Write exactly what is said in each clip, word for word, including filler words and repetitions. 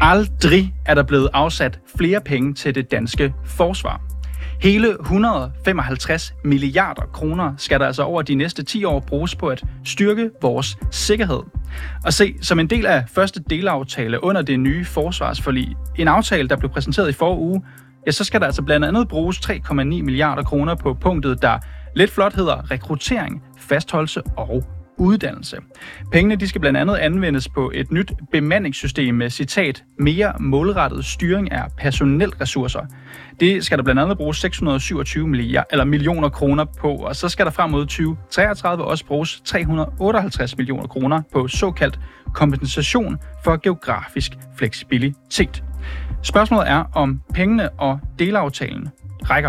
Aldrig er der blevet afsat flere penge til det danske forsvar. Hele et hundrede og femoghalvtreds milliarder kroner skal der altså over de næste ti år bruges på at styrke vores sikkerhed. Og se, som en del af første delaftale under det nye forsvarsforlig, en aftale, der blev præsenteret i forrige uge, ja, så skal der altså blandt andet bruges tre komma ni milliarder kroner på punktet, der lidt flot hedder rekruttering, fastholdelse og uddannelse. Pengene de skal blandt andet anvendes på et nyt bemandingssystem med citat mere målrettet styring af personelressourcer. Det skal der blandt andet bruges seks hundrede og syvogtyve milliarder, eller millioner kroner på, og så skal der frem mod tyve treogtredive også bruges tre hundrede og otteoghalvtreds millioner kroner på såkaldt kompensation for geografisk fleksibilitet. Spørgsmålet er, om pengene og delaftalen rækker.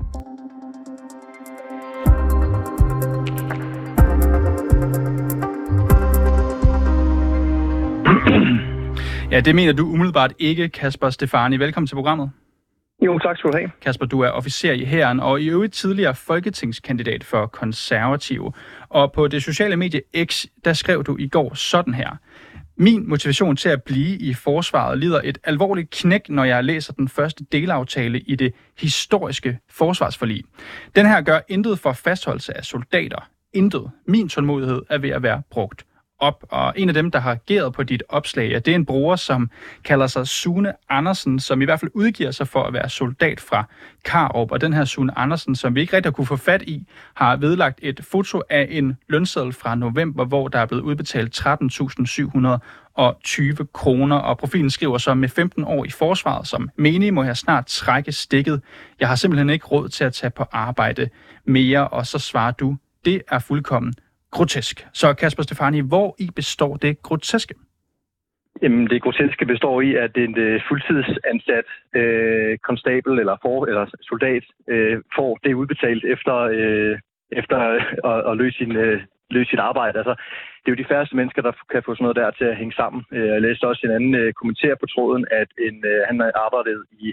Ja, det mener du umiddelbart ikke, Kasper Stefani. Velkommen til programmet. Jo, tak skal du have. Kasper, du er officer i hæren og i øvrigt tidligere folketingskandidat for Konservative. Og på det sociale medie X, der skrev du i går sådan her. Min motivation til at blive i forsvaret lider et alvorligt knæk, når jeg læser den første delaftale i det historiske forsvarsforlig. Den her gør intet for fastholdelse af soldater. Intet. Min tålmodighed er ved at være brugt op, og en af dem, der har reageret på dit opslag, ja, det er en bruger, som kalder sig Sune Andersen, som i hvert fald udgiver sig for at være soldat fra Karup. Og den her Sune Andersen, som vi ikke rigtig har kunne få fat i, har vedlagt et foto af en lønseddel fra november, hvor der er blevet udbetalt tretten tusind syv hundrede og tyve kroner. Og profilen skriver så, med femten år i forsvaret som menig må jeg snart trække stikket. Jeg har simpelthen ikke råd til at tage på arbejde mere. Og så svarer du, det er fuldkommen grotesk. Så Kasper Stefani, hvor i består det groteske? Jamen, det groteske består i, at en uh, fuldtidsansat øh, konstabel eller, for, eller soldat øh, får det udbetalt efter, øh, efter at, at løse, sin, øh, løse sit arbejde. Altså, det er jo de færreste mennesker, der kan få sådan noget der til at hænge sammen. Jeg læste også en anden øh, kommentar på tråden, at en, øh, han arbejdede i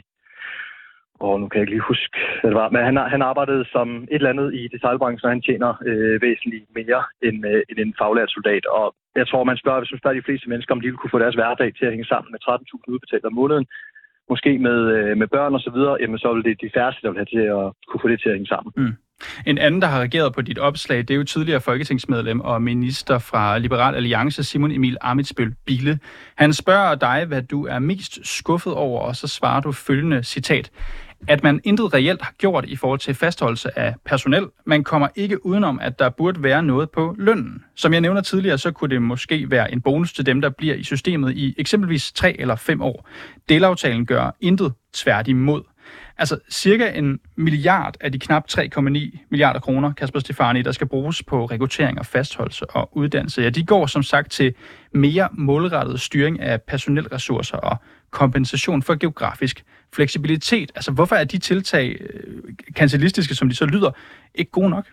Og nu kan jeg ikke lige huske, hvad det var. Men han, han arbejdede som et eller andet i detailbranchen, og han tjener øh, væsentligt mere end, øh, end en faglært soldat. Og jeg tror, man spørger, hvis man spørger de fleste mennesker, om de vil kunne få deres hverdag til at hænge sammen med tretten tusind udbetalt om måneden, måske med, øh, med børn og så videre, jamen så vil det de færreste, der vil have til at kunne få det til at hænge sammen. Mm. En anden, der har reageret på dit opslag, det er jo tidligere folketingsmedlem og minister fra Liberal Alliance, Simon Emil Ammitzbøll-Bille. Han spørger dig, hvad du er mest skuffet over, og så svarer du følgende citat: at man intet reelt har gjort i forhold til fastholdelse af personel. Man kommer ikke udenom, at der burde være noget på lønnen. Som jeg nævner tidligere, så kunne det måske være en bonus til dem, der bliver i systemet i eksempelvis tre eller fem år. Delaftalen gør intet tværtimod. Altså cirka en milliard af de knap tre komma ni milliarder kroner, Kasper Stefani, der skal bruges på rekruttering og fastholdelse og uddannelse. Ja, de går som sagt til mere målrettet styring af personelressourcer og kompensation for geografisk fleksibilitet. Altså hvorfor er de tiltag øh, kancelistiske, som de så lyder, ikke gode nok?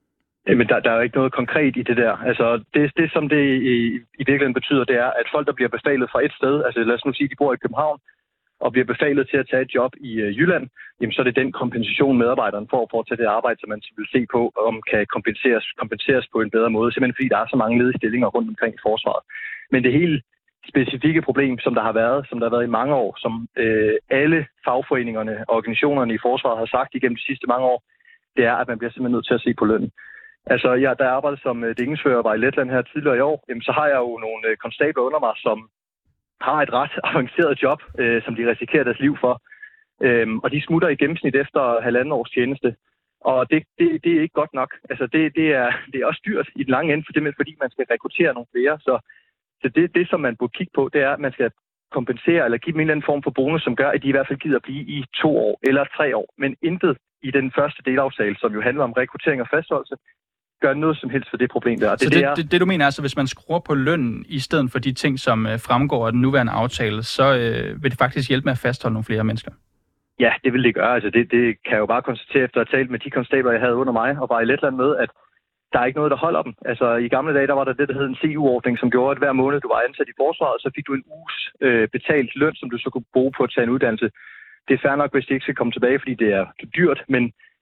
Men der, der er jo ikke noget konkret i det der. Altså det, det som det i, i virkeligheden betyder, det er, at folk, der bliver befalet fra et sted, altså lad os nu sige, de bor i København, og bliver befalet til at tage et job i øh, Jylland, jamen så er det den kompensation, medarbejderen får for at tage det arbejde, som man vil se på, om kan kompenseres, kompenseres på en bedre måde, simpelthen fordi der er så mange ledige stillinger rundt omkring i forsvaret. Men det hele specifikke problem, som der har været, som der har været i mange år, som øh, alle fagforeningerne og organisationerne i forsvaret har sagt igennem de sidste mange år, det er, at man bliver simpelthen nødt til at se på lønnen. Altså, ja, da jeg arbejdede som øh, dækningsfører var i Letland her tidligere i år, jamen, så har jeg jo nogle øh, konstabler under mig, som har et ret avanceret job, øh, som de risikerer deres liv for. Øhm, og de smutter i gennemsnit efter halvanden års tjeneste. Og det, det, det er ikke godt nok. Altså, det, det, er, det er også dyrt i den lange ende, for simpelthen fordi man skal rekruttere nogle flere. Så, så det, det, som man burde kigge på, det er, at man skal kompensere eller give dem en eller anden form for bonus, som gør, at de i hvert fald gider blive i to år eller tre år. Men intet i den første delaftale, som jo handler om rekruttering og fastholdelse, gør noget som helst for det problem der. Det, så det, det, er... det, det du mener er, altså, hvis man skruer på lønnen i stedet for de ting, som øh, fremgår af den nuværende aftale, så øh, vil det faktisk hjælpe med at fastholde nogle flere mennesker? Ja, det vil det gøre. Altså, det, det kan jeg jo bare konstatere efter at have talt med de konstabler, jeg havde under mig, og var i Letland med, at der er ikke noget, der holder dem. Altså, i gamle dage, der var der det, der hed en C U-ordning, som gjorde, at hver måned, du var ansat i forsvaret, så fik du en uges øh, betalt løn, som du så kunne bruge på at tage en uddannelse. Det er fair nok, hvis det ikke skal komme tilbage, fordi det er dyrt, men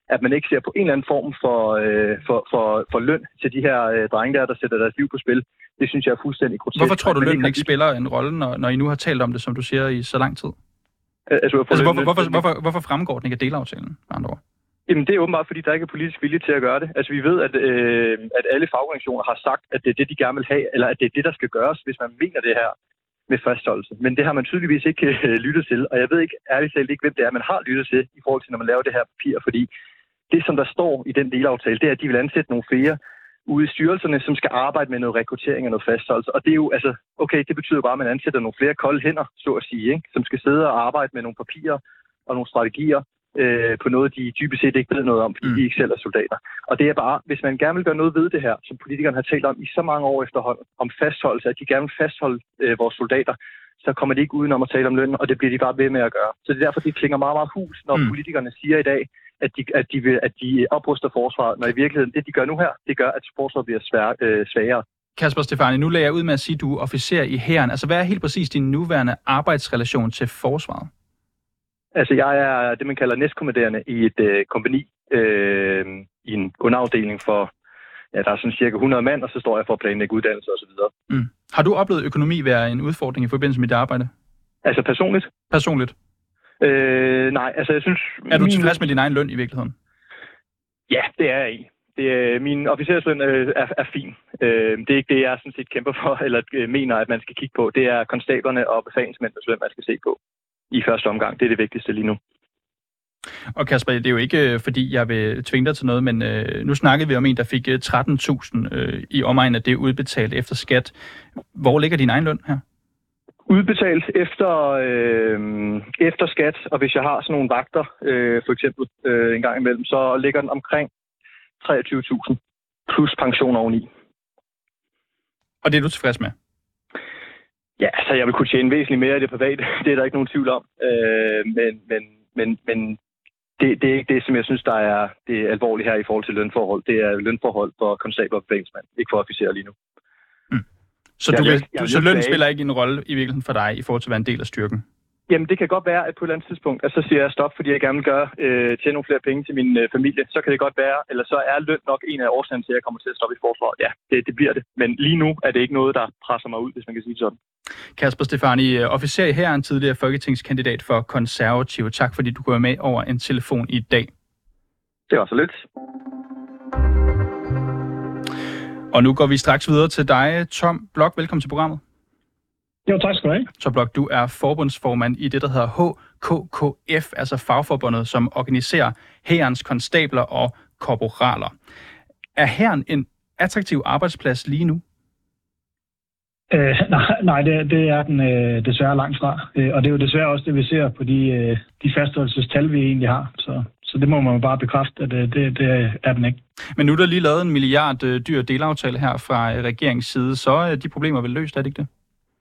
at man ikke ser på en eller anden form for, øh, for, for, for løn til de her øh, drenge der, der sætter deres liv på spil. Det synes jeg er fuldstændig grotesk. Hvorfor tror du, lønnen ikke, ikke spiller en rolle, når, når I nu har talt om det, som du siger, i så lang tid? Altså, altså hvorfor, hvorfor, hvorfor, hvorfor fremgår den ikke af delaftalen, med andre ord? Jamen, det er åbenbart, fordi der ikke er politisk vilje til at gøre det. Altså, vi ved, at, øh, at alle fagorganisationer har sagt, at det er det, de gerne vil have, eller at det er det, der skal gøres, hvis man mener det her med fastholdelse. Men det har man tydeligvis ikke øh, lyttet til, og jeg ved ikke ærligt talt ikke, hvem det er, man har lyttet til i forhold til, når man laver det her papir, fordi det, som der står i den delaftale, det er, at de vil ansætte nogle flere ude i styrelserne, som skal arbejde med noget rekruttering og noget fastholdelse. Og det er jo, altså, okay, det betyder bare, at man ansætter nogle flere kolde hænder, så at sige, ikke? Som skal sidde og arbejde med nogle papirer og nogle strategier øh, på noget, de dybest set ikke ved noget om, fordi mm. de ikke selv er soldater. Og det er bare, hvis man gerne vil gøre noget ved det her, som politikerne har talt om i så mange år efterhånden, om fastholdelse, at de gerne vil fastholde øh, vores soldater, så kommer de ikke udenom at tale om løn, og det bliver de bare ved med at gøre. Så det er derfor, det klinger meget, meget hus, når mm. politikerne siger i dag, at de, at, de vil, at de opruster forsvaret, når i virkeligheden det, de gør nu her, det gør, at forsvaret bliver svær, øh, svagere. Kasper Stefani, nu lagde jeg ud med at sige, at du er officer i hæren. Altså, hvad er helt præcis din nuværende arbejdsrelation til forsvaret? Altså, jeg er det, man kalder næstkommanderende i et øh, kompagni, øh, i en underafdeling for, ja, der er sådan cirka hundrede mand, og så står jeg for at planlægge uddannelse osv. Mm. Har du oplevet økonomi være en udfordring i forbindelse med dit arbejde? Altså personligt? Personligt? Øh, nej, altså jeg synes... Er du min... tilfreds med din egen løn i virkeligheden? Ja, det er jeg i. Det er, min officersløn øh, er, er fin. Øh, det er ikke det, jeg sådan set kæmper for, eller øh, mener, at man skal kigge på. Det er konstablerne og befalingsmændenes løn, man skal se på i første omgang. Det er det vigtigste lige nu. Og Kasper, det er jo ikke, øh, fordi jeg vil tvinge dig til noget, men øh, nu snakkede vi om en, der fik øh, tretten tusind øh, i omegn af det udbetalt efter skat. Hvor ligger din egen løn her? Udbetalt efter, øh, efter skat, og hvis jeg har sådan nogle vagter, øh, for eksempel øh, en gang imellem, så ligger den omkring treogtyve tusind plus pension oveni. Og det er du tilfreds med? Ja, så jeg vil kunne tjene væsentligt mere i det private. Det er der ikke nogen tvivl om. Øh, men men, men, men det, det er ikke det, som jeg synes, der er det er alvorligt her i forhold til lønforhold. Det er lønforhold for konstabler og befalingsmænd, ikke for officerer lige nu. Mm. Så, du vil, jeg, jeg, så løn spiller ikke en rolle i virkeligheden for dig i forhold til at være en del af styrken? Jamen, det kan godt være, at på et eller andet tidspunkt, at så siger jeg stop, fordi jeg gerne vil gøre, øh, tjene nogle flere penge til min øh, familie. Så kan det godt være, eller så er løn nok en af årsagen til, at jeg kommer til at stoppe i forsvaret. Ja, det, det bliver det. Men lige nu er det ikke noget, der presser mig ud, hvis man kan sige sådan. Kasper Stefani, officer i hæren, tidligere folketingskandidat for Konservative. Tak fordi du går med over en telefon i dag. Det var så lidt. Og nu går vi straks videre til dig, Tom Blok. Velkommen til programmet. Jo, tak skal du have. Tom Blok, du er forbundsformand i det, der hedder H K K F, altså fagforbundet, som organiserer hærens konstabler og korporaler. Er hæren en attraktiv arbejdsplads lige nu? Øh, nej, nej det, det er den øh, desværre langt fra. Øh, og det er jo desværre også det, vi ser på de, øh, de fastholdelsestal, vi egentlig har. Så, så det må man bare bekræfte, at øh, det, det er den ikke. Men nu er der lige lavet en milliard øh, dyr delaftale her fra øh, regeringens side, så er øh, de problemer vel løst, er det ikke det?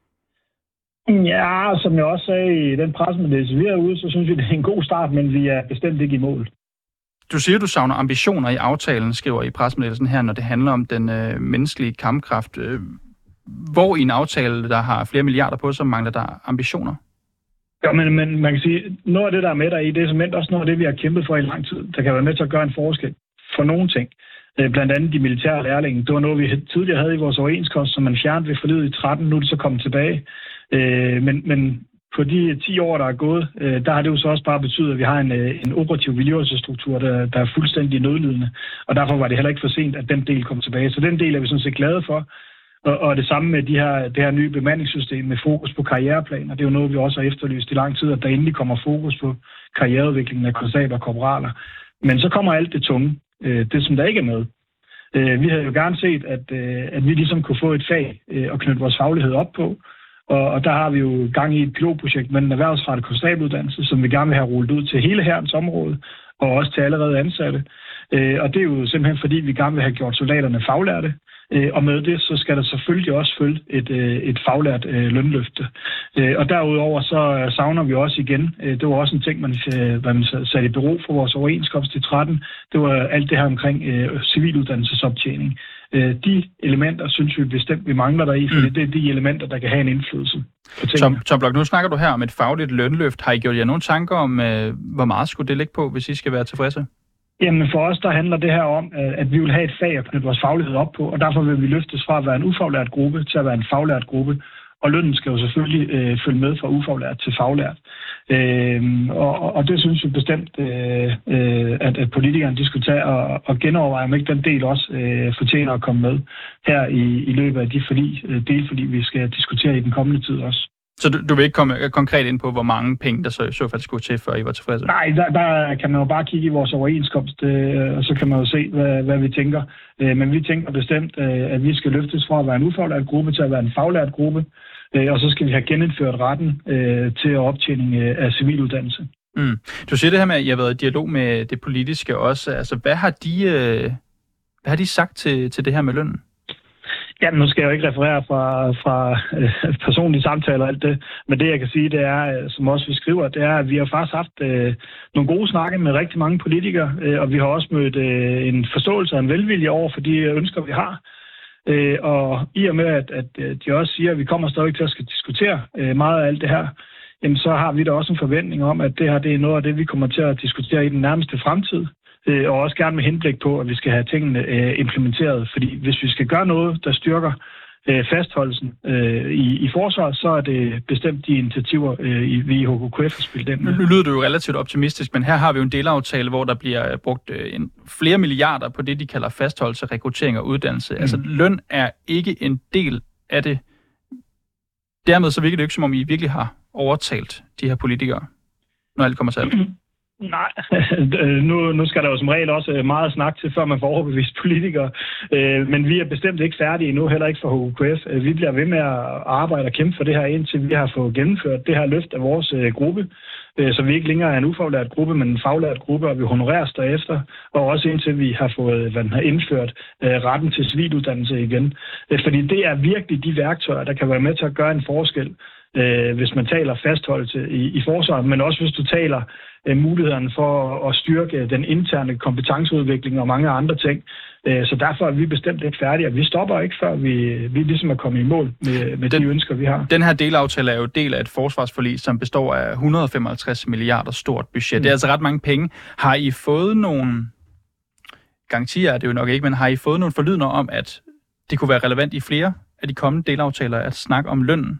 Ja, som jeg også sagde i den pressemeddelelse, vi er ude, så synes vi, det er en god start, men vi er bestemt ikke i mål. Du siger, du savner ambitioner i aftalen, skriver i pressemeddelelsen her, når det handler om den øh, menneskelige kampkraft. Øh, hvor i en aftale, der har flere milliarder på, så mangler der ambitioner? Ja, men, men man kan sige, noget af det, der er med der i, det er simpelthen også noget af det, vi har kæmpet for i lang tid. Der kan være med til at gøre en forskel for nogle ting. Blandt andet de militære lærlinge. Det var noget, vi tidligere havde i vores overenskomst, som man fjernede ved forliget i tretten, nu er det så kommet tilbage. Men, men på de ti år, der er gået, der har det jo så også bare betydet, at vi har en, en operativ vedligeholdelsesstruktur, der, der er fuldstændig nødlidende. Og derfor var det heller ikke for sent, at den del kom tilbage. Så den del er vi sådan set glade for. Og, og det samme med de her, det her nye bemandingssystem med fokus på karriereplaner. Det er jo noget, vi også har efterlyst i lang tid, at der endelig kommer fokus på karriereudviklingen af konstabler og korporaler. Men så kommer alt det tunge. Det, som der ikke er med. Vi havde jo gerne set, at, at vi ligesom kunne få et fag og knytte vores faglighed op på. Og, og der har vi jo gang i et pilotprojekt med en erhvervsrettet konstabeluddannelse, som vi gerne vil have rullet ud til hele hærens område, og også til allerede ansatte. Og det er jo simpelthen fordi, vi gerne vil have gjort soldaterne faglærte. Og med det, så skal der selvfølgelig også følge et, et faglært lønløfte. Og derudover så savner vi også igen, det var også en ting, man, man satte i bero for vores overenskomst i tretten, det var alt det her omkring civiluddannelsesoptjening. De elementer, synes vi bestemt, vi mangler der i, for mm. det er de elementer, der kan have en indflydelse på tingene. Tom, Tom Blok, nu snakker du her om et fagligt lønløft. Har I gjort jer nogle tanker om, hvor meget skulle det ligge på, hvis I skal være tilfredse? Jamen for os, der handler det her om, at vi vil have et fag at knytte vores faglighed op på, og derfor vil vi løftes fra at være en ufaglært gruppe til at være en faglært gruppe. Og lønnen skal jo selvfølgelig øh, følge med fra ufaglært til faglært. Øh, og, og det synes vi bestemt, øh, at, at politikerne de skulle tage og, og genoverveje, om ikke den del også øh, fortjener at komme med her i, i løbet af de forlig, delforlig, vi skal diskutere i den kommende tid også. Så du, du vil ikke komme konkret ind på, hvor mange penge, der så i så fald skulle til, før I var tilfredse? Nej, der, der kan man jo bare kigge i vores overenskomst, øh, og så kan man jo se, hvad, hvad vi tænker. Øh, men vi tænker bestemt, øh, at vi skal løftes fra at være en ufaglært gruppe til at være en faglært gruppe, øh, og så skal vi have genindført retten øh, til optjening af civiluddannelse. Mm. Du siger det her med, at I har været i dialog med det politiske også. Altså, hvad har de, øh, hvad har de sagt til, til det her med lønnen? Ja, nu skal jeg jo ikke referere fra, fra øh, personlige samtaler og alt det, men det jeg kan sige, det er, som også vi skriver, det er, at vi har faktisk haft øh, nogle gode snakke med rigtig mange politikere, øh, og vi har også mødt øh, en forståelse og en velvilje over for de ønsker, vi har. Øh, og i og med, at, at de også siger, at vi kommer stadig til at skal diskutere øh, meget af alt det her, jamen, så har vi da også en forventning om, at det her det er noget af det, vi kommer til at diskutere i den nærmeste fremtid. Og også gerne med henblik på, at vi skal have tingene øh, implementeret. Fordi hvis vi skal gøre noget, der styrker øh, fastholdelsen øh, i, i forsvaret, så er det bestemt de initiativer, øh, vi i H K K F har spillet ind med. Nu lyder du jo relativt optimistisk, men her har vi jo en delaftale, hvor der bliver brugt øh, en, flere milliarder på det, de kalder fastholdelse, rekruttering og uddannelse. Mm. Altså løn er ikke en del af det. Dermed så virker det ikke, som om I virkelig har overtalt de her politikere, når alt kommer til alt. Nej, nu, nu skal der jo som regel også meget snak til, før man får overbevist politikere. Men vi er bestemt ikke færdige endnu, heller ikke for H K K F. Vi bliver ved med at arbejde og kæmpe for det her, indtil vi har fået gennemført det her løft af vores gruppe. Så vi ikke længere er en ufaglært gruppe, men en faglært gruppe, og vi honoreres derefter. Og også indtil vi har fået hvad den har indført retten til civiluddannelse igen. Fordi det er virkelig de værktøjer, der kan være med til at gøre en forskel, hvis man taler fastholdelse i, i forsvaret, men også hvis du taler mulighederne for at styrke den interne kompetenceudvikling og mange andre ting. Så derfor er vi bestemt ikke færdige, og vi stopper ikke, før vi, vi ligesom er kommet i mål med, med den, de ønsker, vi har. Den her delaftale er jo del af et forsvarsforlig, som består af et hundrede og femoghalvtreds milliarder stort budget. Mm. Det er altså ret mange penge. Har I fået nogle, garantier er det jo nok ikke, men har I fået nogle forlydender om, at det kunne være relevant i flere af de kommende delaftaler at snakke om lønnen?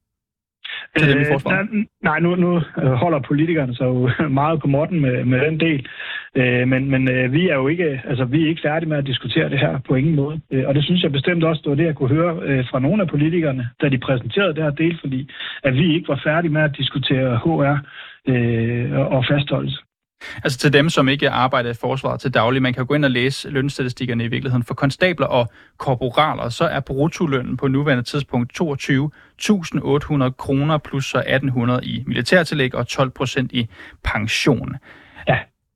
Øh, nej, nu, nu holder politikerne sig jo meget på måtten med, med den del, øh, men, men øh, vi er jo ikke, altså, vi er ikke færdige med at diskutere det her på ingen måde, øh, og det synes jeg bestemt også, det var det, jeg kunne høre øh, fra nogle af politikerne, da de præsenterede det her del, fordi at vi ikke var færdige med at diskutere H R øh, og fastholdelse. Altså til dem, som ikke arbejder i forsvaret til daglig, man kan gå ind og læse lønstatistikkerne i virkeligheden. For konstabler og korporaler, så er bruttolønnen på nuværende tidspunkt toogtyve tusind otte hundrede kroner plus så atten hundrede i militærtillæg og tolv procent i pension. Ja.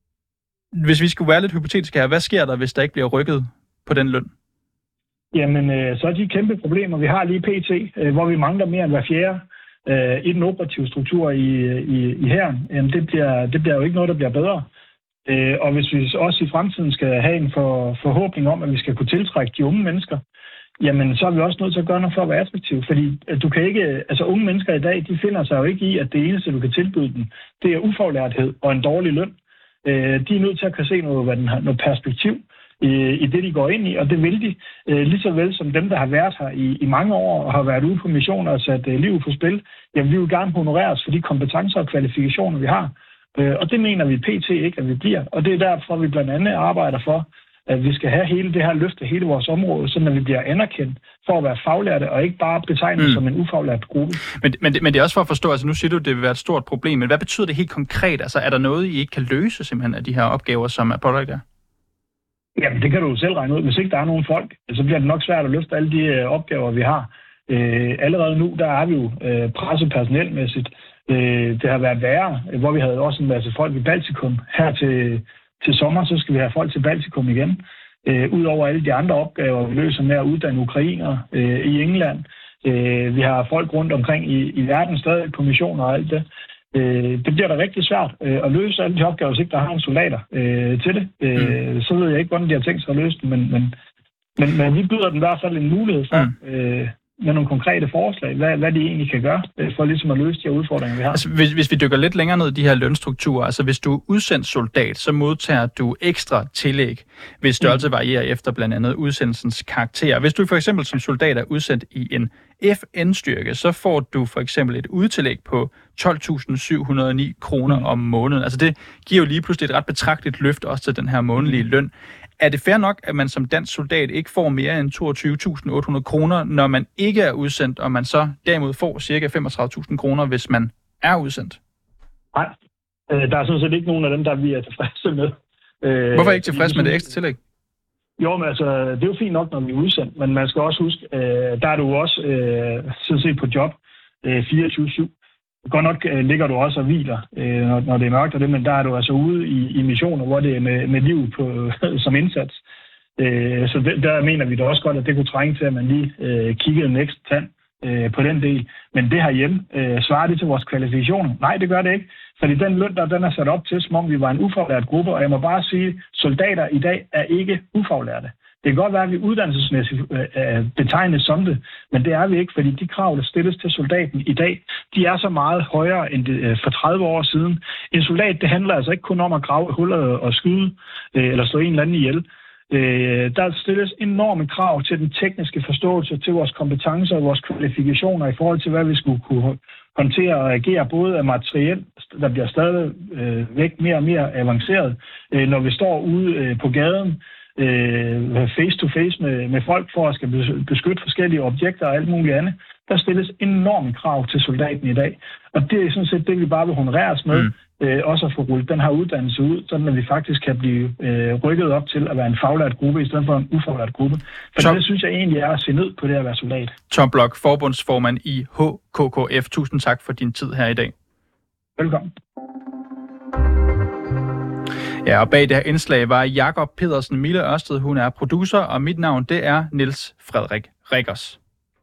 Hvis vi skulle være lidt hypotetiske her, hvad sker der, hvis der ikke bliver rykket på den løn? Jamen, øh, så er de kæmpe problemer, vi har lige pt., øh, hvor vi mangler mere end hver fjerde i den operative struktur i, i, i hæren, det bliver, det bliver jo ikke noget, der bliver bedre. Og hvis vi også i fremtiden skal have en for, forhåbning om, at vi skal kunne tiltrække de unge mennesker, jamen så er vi også nødt til at gøre noget for at være attraktiv. Fordi du kan ikke, altså unge mennesker i dag, de finder sig jo ikke i, at det eneste, du kan tilbyde dem, det er ufaglærthed og en dårlig løn. De er nødt til at kunne se noget, hvad den har, noget perspektiv i det, de går ind i, og det vil de, lige så vel som dem, der har været her i, i mange år og har været ude på missioner og sat liv på spil. Jamen, vi vil gerne honoreres for de kompetencer og kvalifikationer, vi har. Og det mener vi pt. Ikke, at vi bliver. Og det er derfor, vi blandt andet arbejder for, at vi skal have hele det her løft af hele vores område, så vi bliver anerkendt for at være faglærte, og ikke bare betegnet mm. som en ufaglært gruppe. Men, men, det, men det er også for at forstå, altså nu siger du, at det vil være et stort problem, men hvad betyder det helt konkret? Altså er der noget, I ikke kan løse simpelthen af de her opgaver, som er pålagt jer? Jamen, det kan du jo selv regne ud. Hvis ikke der er nogen folk, så bliver det nok svært at løfte alle de øh, opgaver, vi har. Øh, allerede nu, der er vi jo øh, presset personelmæssigt. Øh, det har været værre, hvor vi havde også en masse folk i Baltikum. Her til, til sommer, så skal vi have folk til Baltikum igen. Øh, Udover alle de andre opgaver, vi løser med at uddanne ukrainere øh, i England. Øh, vi har folk rundt omkring i, i verden stadig på missioner og alt det. Det bliver da rigtig svært at løse alle de opgaver, hvis ikke der har en soldater øh, til det. Øh, mm. Så ved jeg ikke, hvordan de har tænkt sig at løse det, men, men, men, men vi byder dem i hvert fald en mulighed for, mm. øh, med nogle konkrete forslag, hvad, hvad de egentlig kan gøre, for ligesom at løse de her udfordringer, vi har. Altså, hvis, hvis vi dykker lidt længere ned i de her lønstrukturer, altså hvis du er udsendt soldat, så modtager du ekstra tillæg, hvis størrelse mm. varierer efter blandt andet udsendelsens karakter. Hvis du for eksempel som soldat er udsendt i en F N-styrke, så får du for eksempel et udtillæg på tolv tusind syv hundrede og ni kroner mm. om måneden. Altså det giver jo lige pludselig et ret betragteligt løft også til den her månedlige løn. Er det fair nok, at man som dansk soldat ikke får mere end toogtyve tusind otte hundrede kroner, når man ikke er udsendt, og man så derimod får ca. femogtredive tusind kroner, hvis man er udsendt? Nej, der er sådan set ikke nogen af dem, der vi er tilfredse med. Hvorfor ikke tilfreds med det ekstra tillæg? Jo, men altså, det er jo fint nok, når vi er udsendt, men man skal også huske, der er du også sådan set på job fireogtyve syv. Godt nok øh, ligger du også og hviler, øh, når, når det er mørkt og det, men der er du altså ude i, i missioner, hvor det er med, med liv på, som indsats. Øh, så det, der mener vi da også godt, at det kunne trænge til, at man lige øh, kiggede en ekstra tand øh, på den del. Men det herhjemme, øh, svarer det til vores kvalifikationer? Nej, det gør det ikke. Fordi den løn, der den er sat op til, som om vi var en ufaglært gruppe, og jeg må bare sige, at soldater i dag er ikke ufaglærte. Det kan godt være, at vi uddannelsesmæssigt øh, betegnes som det, men det er vi ikke, fordi de krav, der stilles til soldaten i dag, de er så meget højere end det, øh, for tredive år siden. En soldat, det handler altså ikke kun om at grave huller og skyde, øh, eller slå en eller anden ihjel. Øh, der stilles enorme krav til den tekniske forståelse, til vores kompetencer og vores kvalifikationer i forhold til, hvad vi skulle kunne håndtere og agere, både af materiel, der bliver stadig øh, væk mere og mere avanceret, øh, når vi står ude øh, på gaden, face to face med, med folk for at skal beskytte forskellige objekter og alt muligt andet. Der stilles enorme krav til soldaten i dag. Og det er sådan set det, vi bare vil honorere os med, mm. øh, også at få rullet den her uddannelse ud, sådan at vi faktisk kan blive øh, rykket op til at være en faglært gruppe, i stedet for en ufaglært gruppe. For Tom, det synes jeg egentlig er at se ned på det at være soldat. Tom Blok, forbundsformand i H K K F. Tusind tak for din tid her i dag. Velkommen. Ja, og bag det her indslag var Jakob Pedersen. Mille Ørsted, hun er producer, og mit navn, det er Niels Frederik Rikkers.